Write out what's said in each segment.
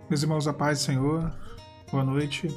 Meus irmãos, a paz do Senhor, boa noite.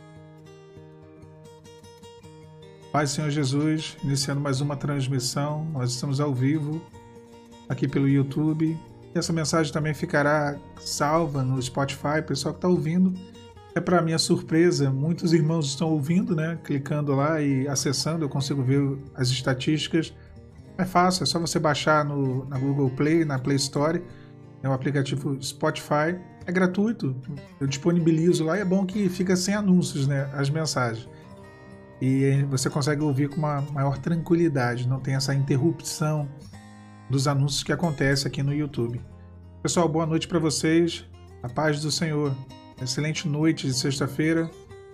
Paz do Senhor Jesus, iniciando mais uma transmissão. Nós estamos ao vivo aqui pelo YouTube. E essa mensagem também ficará salva no Spotify. O pessoal que está ouvindo, para minha surpresa, muitos irmãos estão ouvindo, né? Clicando lá e acessando, eu consigo ver as estatísticas. É fácil, é só você baixar na Google Play, na Play Store, é o aplicativo Spotify. É gratuito, eu disponibilizo lá e é bom que fica sem anúncios, né, as mensagens. E você consegue ouvir com uma maior tranquilidade, não tem essa interrupção dos anúncios que acontece aqui no YouTube. Pessoal, boa noite para vocês, a paz do Senhor. Excelente noite de sexta-feira.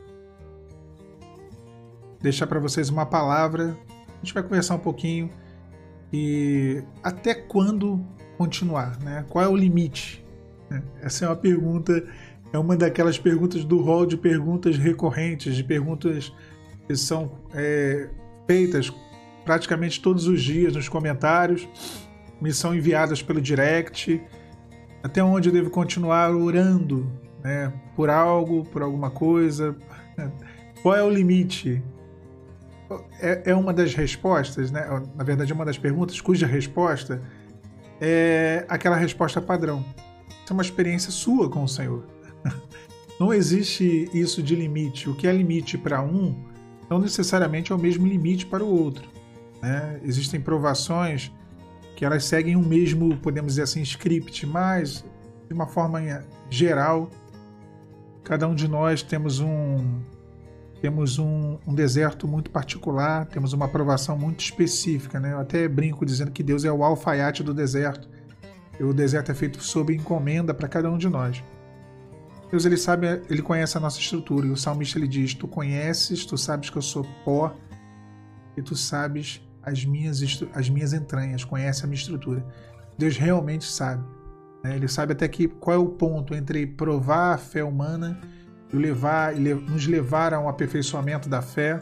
Deixar para vocês uma palavra, a gente vai conversar um pouquinho e até quando continuar, né? Qual é o limite? Essa é uma pergunta, é uma daquelas perguntas do rol de perguntas recorrentes, de perguntas que são feitas praticamente todos os dias nos comentários, me são enviadas pelo direct. Até onde eu devo continuar orando, né, por algo, por alguma coisa? Qual é o limite? É uma das respostas, né? Na verdade é uma das perguntas cuja resposta é aquela resposta padrão. É uma experiência sua com o Senhor. Não existe isso de limite. O que é limite para um, não necessariamente é o mesmo limite para o outro, né? Existem provações que elas seguem o mesmo, podemos dizer assim, script, mas de uma forma geral, cada um de nós temos um deserto muito particular, temos uma provação muito específica, né? Eu até brinco dizendo que Deus é o alfaiate do deserto. O deserto é feito sob encomenda para cada um de nós. Deus, ele sabe, ele conhece a nossa estrutura. E o salmista, ele diz: tu conheces, tu sabes que eu sou pó e tu sabes as minhas entranhas, conhece a minha estrutura. Deus realmente sabe, né? Ele sabe até qual é o ponto entre provar a fé humana e nos levar a um aperfeiçoamento da fé,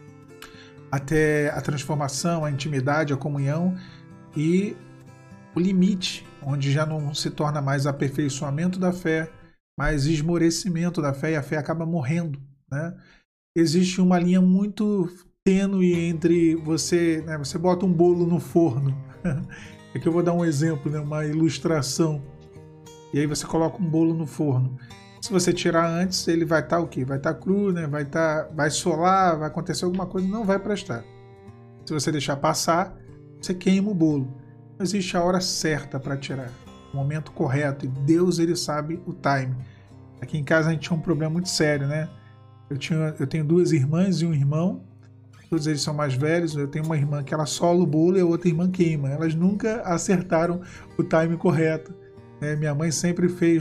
até a transformação, a intimidade, a comunhão, e o limite, onde já não se torna mais aperfeiçoamento da fé, mas esmorecimento da fé, e a fé acaba morrendo, né? Existe uma linha muito tênue entre você, né, você bota um bolo no forno, aqui eu vou dar um exemplo, né, uma ilustração, e aí você coloca um bolo no forno. Se você tirar antes, ele vai estar o quê? Vai estar cru, né? Vai solar, vai acontecer alguma coisa, não vai prestar. Se você deixar passar, você queima o bolo. Não existe a hora certa para tirar, o momento correto, e Deus, ele sabe o time. Aqui em casa a gente tinha um problema muito sério, né? Eu tenho duas irmãs e um irmão, todos eles são mais velhos. Eu tenho uma irmã que ela sola o bolo e a outra irmã queima. Elas nunca acertaram o time correto, né? Minha mãe sempre fez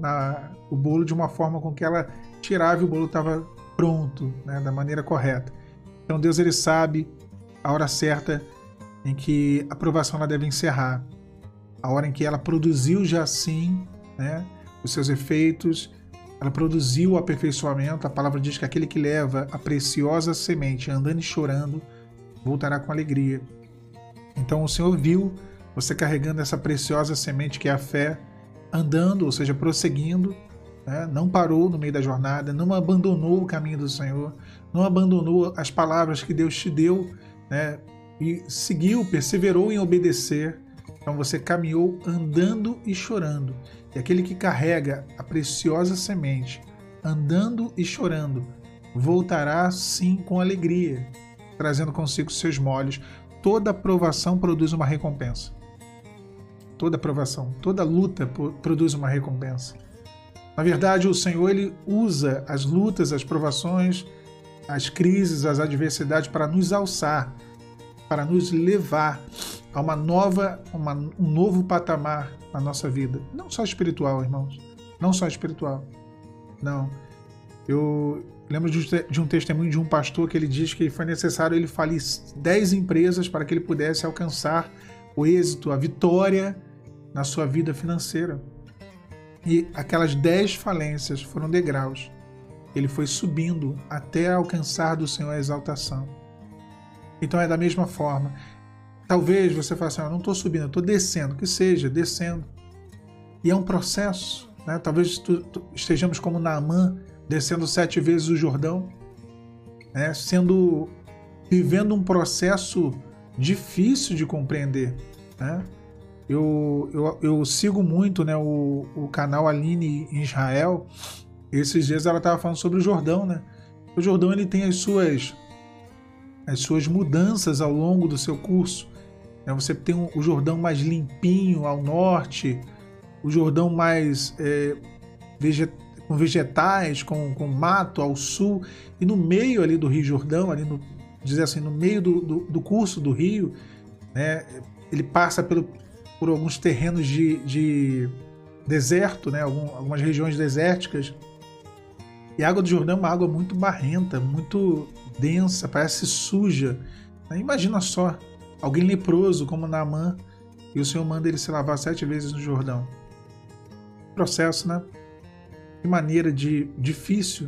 o bolo de uma forma com que ela tirava e o bolo estava pronto, né? Da maneira correta. Então Deus, ele sabe a hora certa em que a provação ela deve encerrar, a hora em que ela produziu já sim, né, os seus efeitos, ela produziu o aperfeiçoamento. A palavra diz que aquele que leva a preciosa semente andando e chorando voltará com alegria. Então o Senhor viu você carregando essa preciosa semente que é a fé, andando, ou seja, prosseguindo, né? Não parou no meio da jornada, não abandonou o caminho do Senhor, não abandonou as palavras que Deus te deu, né? E seguiu, perseverou em obedecer. Então você caminhou andando e chorando. E aquele que carrega a preciosa semente, andando e chorando, voltará sim com alegria, trazendo consigo seus molhos. Toda provação produz uma recompensa. Toda provação, toda luta produz uma recompensa. Na verdade, o Senhor, ele usa as lutas, as provações, as crises, as adversidades para nos alçar, para nos levar a um novo patamar na nossa vida. Não só espiritual, irmãos. Não só espiritual. Não. Eu lembro de um testemunho de um pastor que ele diz que foi necessário ele falir 10 empresas para que ele pudesse alcançar o êxito, a vitória na sua vida financeira. E aquelas 10 falências foram degraus. Ele foi subindo até alcançar do Senhor a exaltação. Então é da mesma forma. Talvez você fale assim: eu não estou subindo, eu estou descendo. Que seja, descendo. E é um processo. né? Talvez estejamos como Naamã, descendo 7 vezes o Jordão, né? Vivendo um processo difícil de compreender, né? Eu sigo muito, né, o canal Aline em Israel. Esses dias ela estava falando sobre o Jordão, né? O Jordão ele tem as suas mudanças ao longo do seu curso. Né? Você tem o Jordão mais limpinho ao norte, o Jordão mais com vegetais, com mato ao sul, e no meio ali do Rio Jordão, ali dizer assim, no meio do curso do rio, né, ele passa por alguns terrenos de deserto, né, algumas regiões desérticas. E a água do Jordão é uma água muito barrenta, muito densa, parece suja. Imagina só, alguém leproso como Naamã, e o Senhor manda ele se lavar 7 vezes no Jordão. Processo, né? Que maneira difícil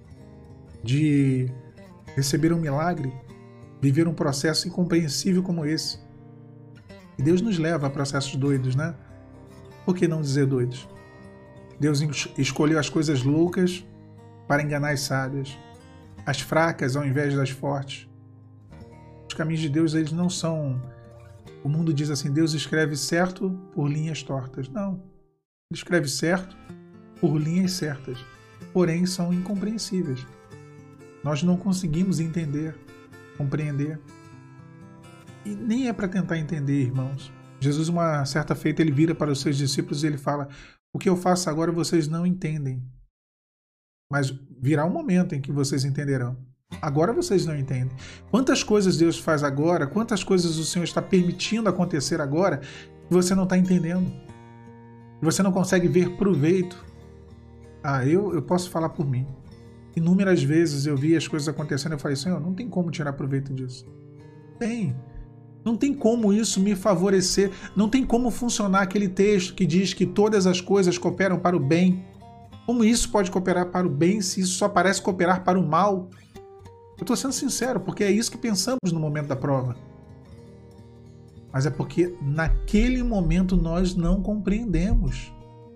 de receber um milagre, viver um processo incompreensível como esse. E Deus nos leva a processos doidos, né? Por que não dizer doidos? Deus escolheu as coisas loucas para enganar as sábias, as fracas ao invés das fortes. Os caminhos de Deus, eles não são... O mundo diz assim, Deus escreve certo por linhas tortas. Não. Ele escreve certo por linhas certas, porém são incompreensíveis. Nós não conseguimos entender, compreender. E nem é para tentar entender, irmãos. Jesus, uma certa feita, ele vira para os seus discípulos e ele fala: o que eu faço agora vocês não entendem. Mas virá um momento em que vocês entenderão. Agora vocês não entendem. Quantas coisas Deus faz agora, quantas coisas o Senhor está permitindo acontecer agora, que você não está entendendo. Você não consegue ver proveito. Eu posso falar por mim. Inúmeras vezes eu vi as coisas acontecendo e eu falei: Senhor, não tem como tirar proveito disso. Não tem como isso me favorecer. Não tem como funcionar aquele texto que diz que todas as coisas cooperam para o bem. Como isso pode cooperar para o bem se isso só parece cooperar para o mal? Eu estou sendo sincero, porque é isso que pensamos no momento da prova. Mas é porque naquele momento nós não compreendemos.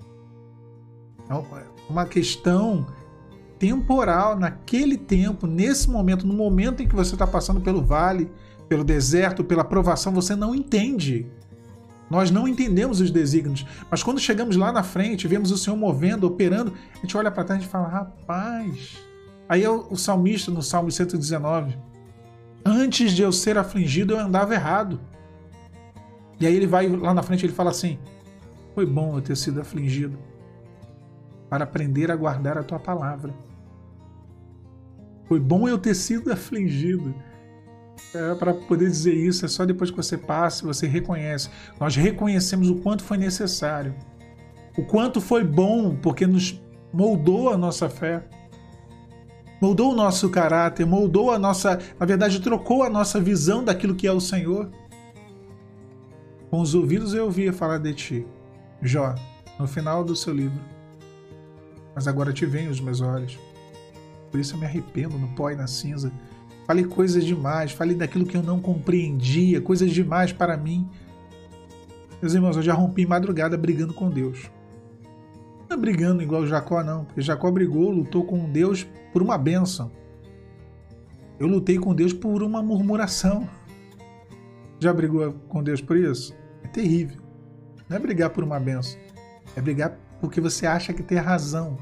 É uma questão temporal, naquele tempo, nesse momento, no momento em que você está passando pelo vale, pelo deserto, pela provação, você não entende. Nós não entendemos os desígnios, mas quando chegamos lá na frente, vemos o Senhor movendo, operando, a gente olha para trás e fala: rapaz... Aí é o salmista no Salmo 119: antes de eu ser afligido, eu andava errado. E aí ele vai lá na frente e ele fala assim: foi bom eu ter sido afligido, para aprender a guardar a tua palavra. Foi bom eu ter sido afligido. Para poder dizer isso, é só depois que você passa, você reconhece. Nós reconhecemos o quanto foi necessário, o quanto foi bom, porque nos moldou a nossa fé, moldou o nosso caráter, moldou a nossa... Na verdade, trocou a nossa visão daquilo que é o Senhor. Com os ouvidos eu ouvia falar de ti, Jó, no final do seu livro. Mas agora te veem os meus olhos. Por isso eu me arrependo no pó e na cinza. Falei coisas demais, falei daquilo que eu não compreendia, coisas demais para mim. Meus irmãos, eu já rompi madrugada brigando com Deus. Não é brigando igual Jacó, não, porque Jacó brigou, lutou com Deus por uma bênção. Eu lutei com Deus por uma murmuração. Já brigou com Deus por isso? É terrível. Não é brigar por uma bênção, é brigar porque você acha que tem razão.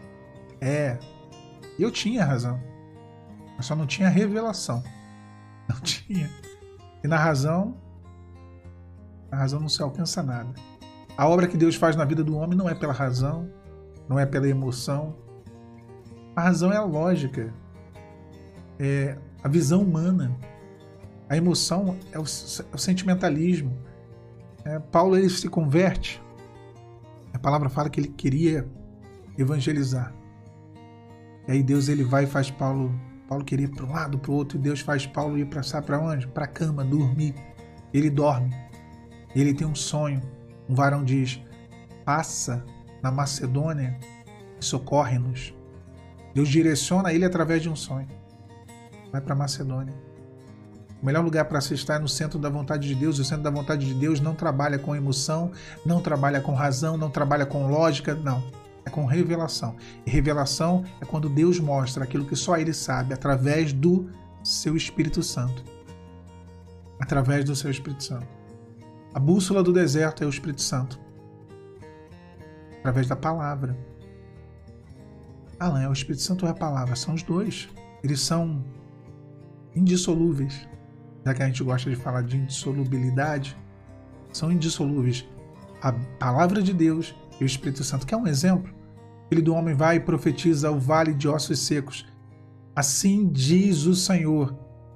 Eu tinha razão. Eu só não tinha revelação. Não tinha. E na razão não se alcança nada. A obra que Deus faz na vida do homem não é pela razão, não é pela emoção. A razão é a lógica, é a visão humana. A emoção é o sentimentalismo. Paulo, ele se converte. A palavra fala que ele queria evangelizar. E aí Deus, ele vai e faz Paulo queria ir para um lado, para o outro, e Deus faz Paulo ir para onde? Para a cama, dormir. Ele dorme. Ele tem um sonho. Um varão diz: passa na Macedônia e socorre-nos. Deus direciona ele através de um sonho. Vai para a Macedônia. O melhor lugar para se estar é no centro da vontade de Deus. O centro da vontade de Deus não trabalha com emoção, não trabalha com razão, não trabalha com lógica, não. É com revelação. E revelação é quando Deus mostra aquilo que só Ele sabe, através do seu Espírito Santo. Através do seu Espírito Santo. A bússola do deserto é o Espírito Santo. Através da palavra. Alan, é o Espírito Santo ou é a palavra? São os dois. Eles são indissolúveis. Já que a gente gosta de falar de indissolubilidade, são indissolúveis. A palavra de Deus e o Espírito Santo. Quer um exemplo? O Filho do Homem vai e profetiza o vale de ossos secos. Assim diz o Senhor.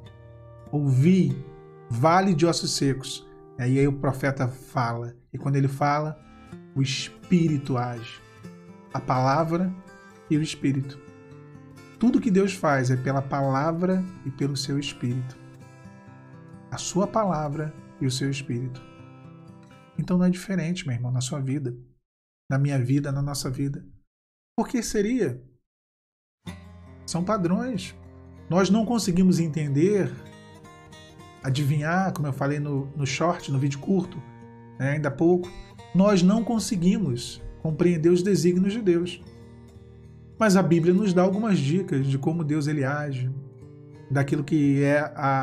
Ouvi, vale de ossos secos. E aí o profeta fala. E quando ele fala, o Espírito age. A palavra e o Espírito. Tudo que Deus faz é pela palavra e pelo seu Espírito. A sua palavra e o seu Espírito. Então não é diferente, meu irmão, na sua vida, na minha vida, na nossa vida. Por que seria? São padrões. Nós não conseguimos entender, adivinhar, como eu falei no short, no vídeo curto, ainda há pouco, nós não conseguimos compreender os desígnios de Deus. Mas a Bíblia nos dá algumas dicas de como Deus ele age, daquilo que é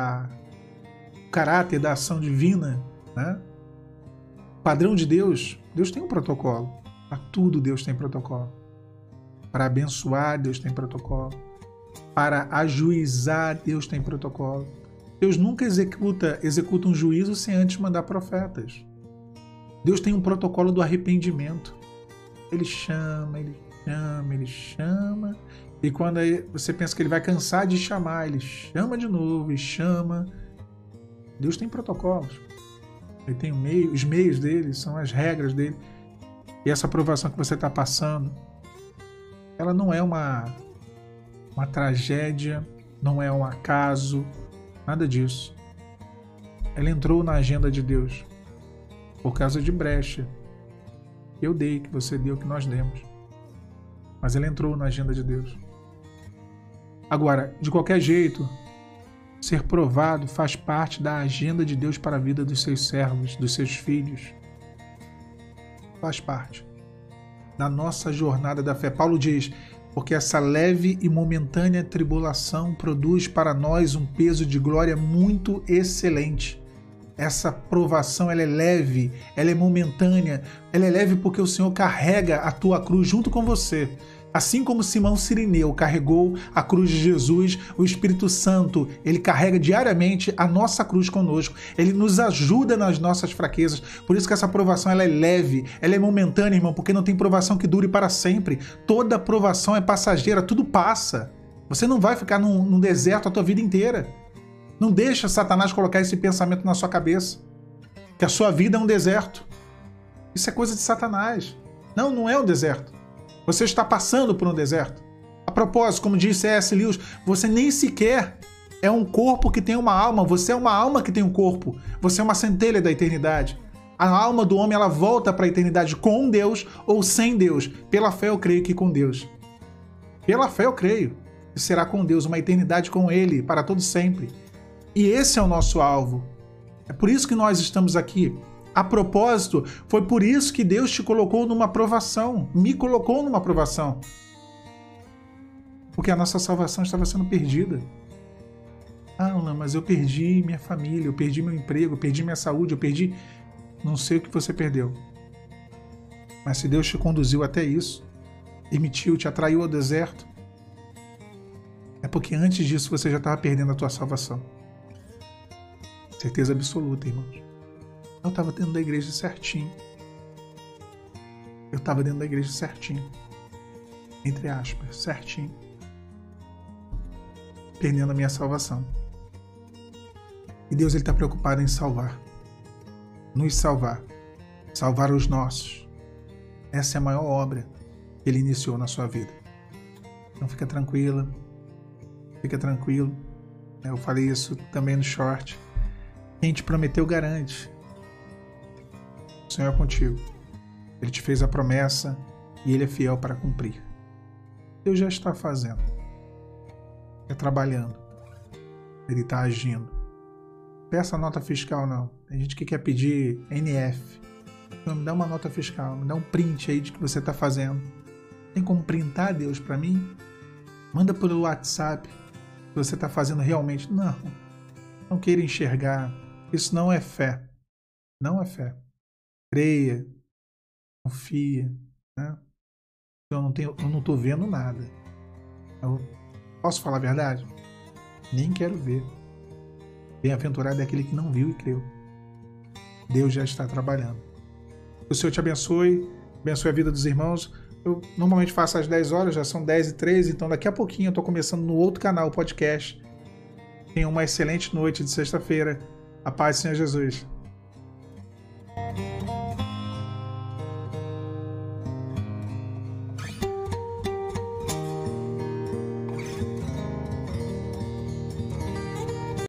o caráter da ação divina, né? O padrão de Deus, Deus tem um protocolo. Para tudo Deus tem protocolo. Para abençoar, Deus tem protocolo. Para ajuizar, Deus tem protocolo. Deus nunca executa um juízo sem antes mandar profetas. Deus tem um protocolo do arrependimento. Ele chama, ele chama, ele chama. E quando você pensa que ele vai cansar de chamar, ele chama de novo e chama. Deus tem protocolos. Ele tem os meios dele, são as regras dele. E essa provação que você está passando, ela não é uma tragédia, não é um acaso, nada disso. Ela entrou na agenda de Deus por causa de brecha. Eu dei, que você deu, que nós demos. Mas ela entrou na agenda de Deus. Agora, de qualquer jeito, ser provado faz parte da agenda de Deus para a vida dos seus servos, dos seus filhos. Faz parte da nossa jornada da fé. Paulo diz, porque essa leve e momentânea tribulação produz para nós um peso de glória muito excelente. Essa provação, ela é leve, ela é momentânea, ela é leve porque o Senhor carrega a tua cruz junto com você. Assim como Simão Cirineu carregou a cruz de Jesus, o Espírito Santo, ele carrega diariamente a nossa cruz conosco. Ele nos ajuda nas nossas fraquezas. Por isso que essa provação ela é leve, ela é momentânea, irmão, porque não tem provação que dure para sempre. Toda provação é passageira, tudo passa. Você não vai ficar num deserto a tua vida inteira. Não deixa Satanás colocar esse pensamento na sua cabeça, que a sua vida é um deserto. Isso é coisa de Satanás. Não, não é um deserto. Você está passando por um deserto. A propósito, como disse C.S. Lewis, você nem sequer é um corpo que tem uma alma. Você é uma alma que tem um corpo. Você é uma centelha da eternidade. A alma do homem ela volta para a eternidade com Deus ou sem Deus. Pela fé eu creio que com Deus. Pela fé eu creio que será com Deus, uma eternidade com Ele para todo sempre. E esse é o nosso alvo. É por isso que nós estamos aqui. A propósito, foi por isso que Deus te colocou numa provação, me colocou numa provação. Porque a nossa salvação estava sendo perdida. Ah, Alan, mas eu perdi minha família, eu perdi meu emprego, eu perdi minha saúde, eu perdi... Não sei o que você perdeu. Mas se Deus te conduziu até isso, permitiu, te atraiu ao deserto, é porque antes disso você já estava perdendo a tua salvação. Certeza absoluta, irmãos. Eu estava dentro da igreja certinho. Eu estava dentro da igreja certinho. Entre aspas, certinho. Perdendo a minha salvação. E Deus está preocupado em salvar. Nos salvar. Salvar os nossos. Essa é a maior obra que Ele iniciou na sua vida. Então fica tranquila. Fica tranquilo. Eu falei isso também no short. Quem te prometeu garante. O Senhor é contigo. Ele te fez a promessa e Ele é fiel para cumprir. Deus já está fazendo. Está trabalhando. Ele está agindo. Peça nota fiscal não. Tem gente que quer pedir NF. Então, me dá uma nota fiscal. Me dá um print aí de que você está fazendo. Tem como printar, Deus, para mim? Manda pelo WhatsApp. Se você está fazendo realmente. Não. Não queira enxergar. Isso não é fé. Não é fé. Creia. Confia. Né? Eu não estou vendo nada. Eu posso falar a verdade? Nem quero ver. Bem-aventurado é aquele que não viu e creu. Deus já está trabalhando. O Senhor te abençoe. Abençoe a vida dos irmãos. Eu normalmente faço às 10 horas, já são 10h13, então daqui a pouquinho eu estou começando no outro canal, o podcast. Tenha uma excelente noite de sexta-feira. A paz do Senhor Jesus.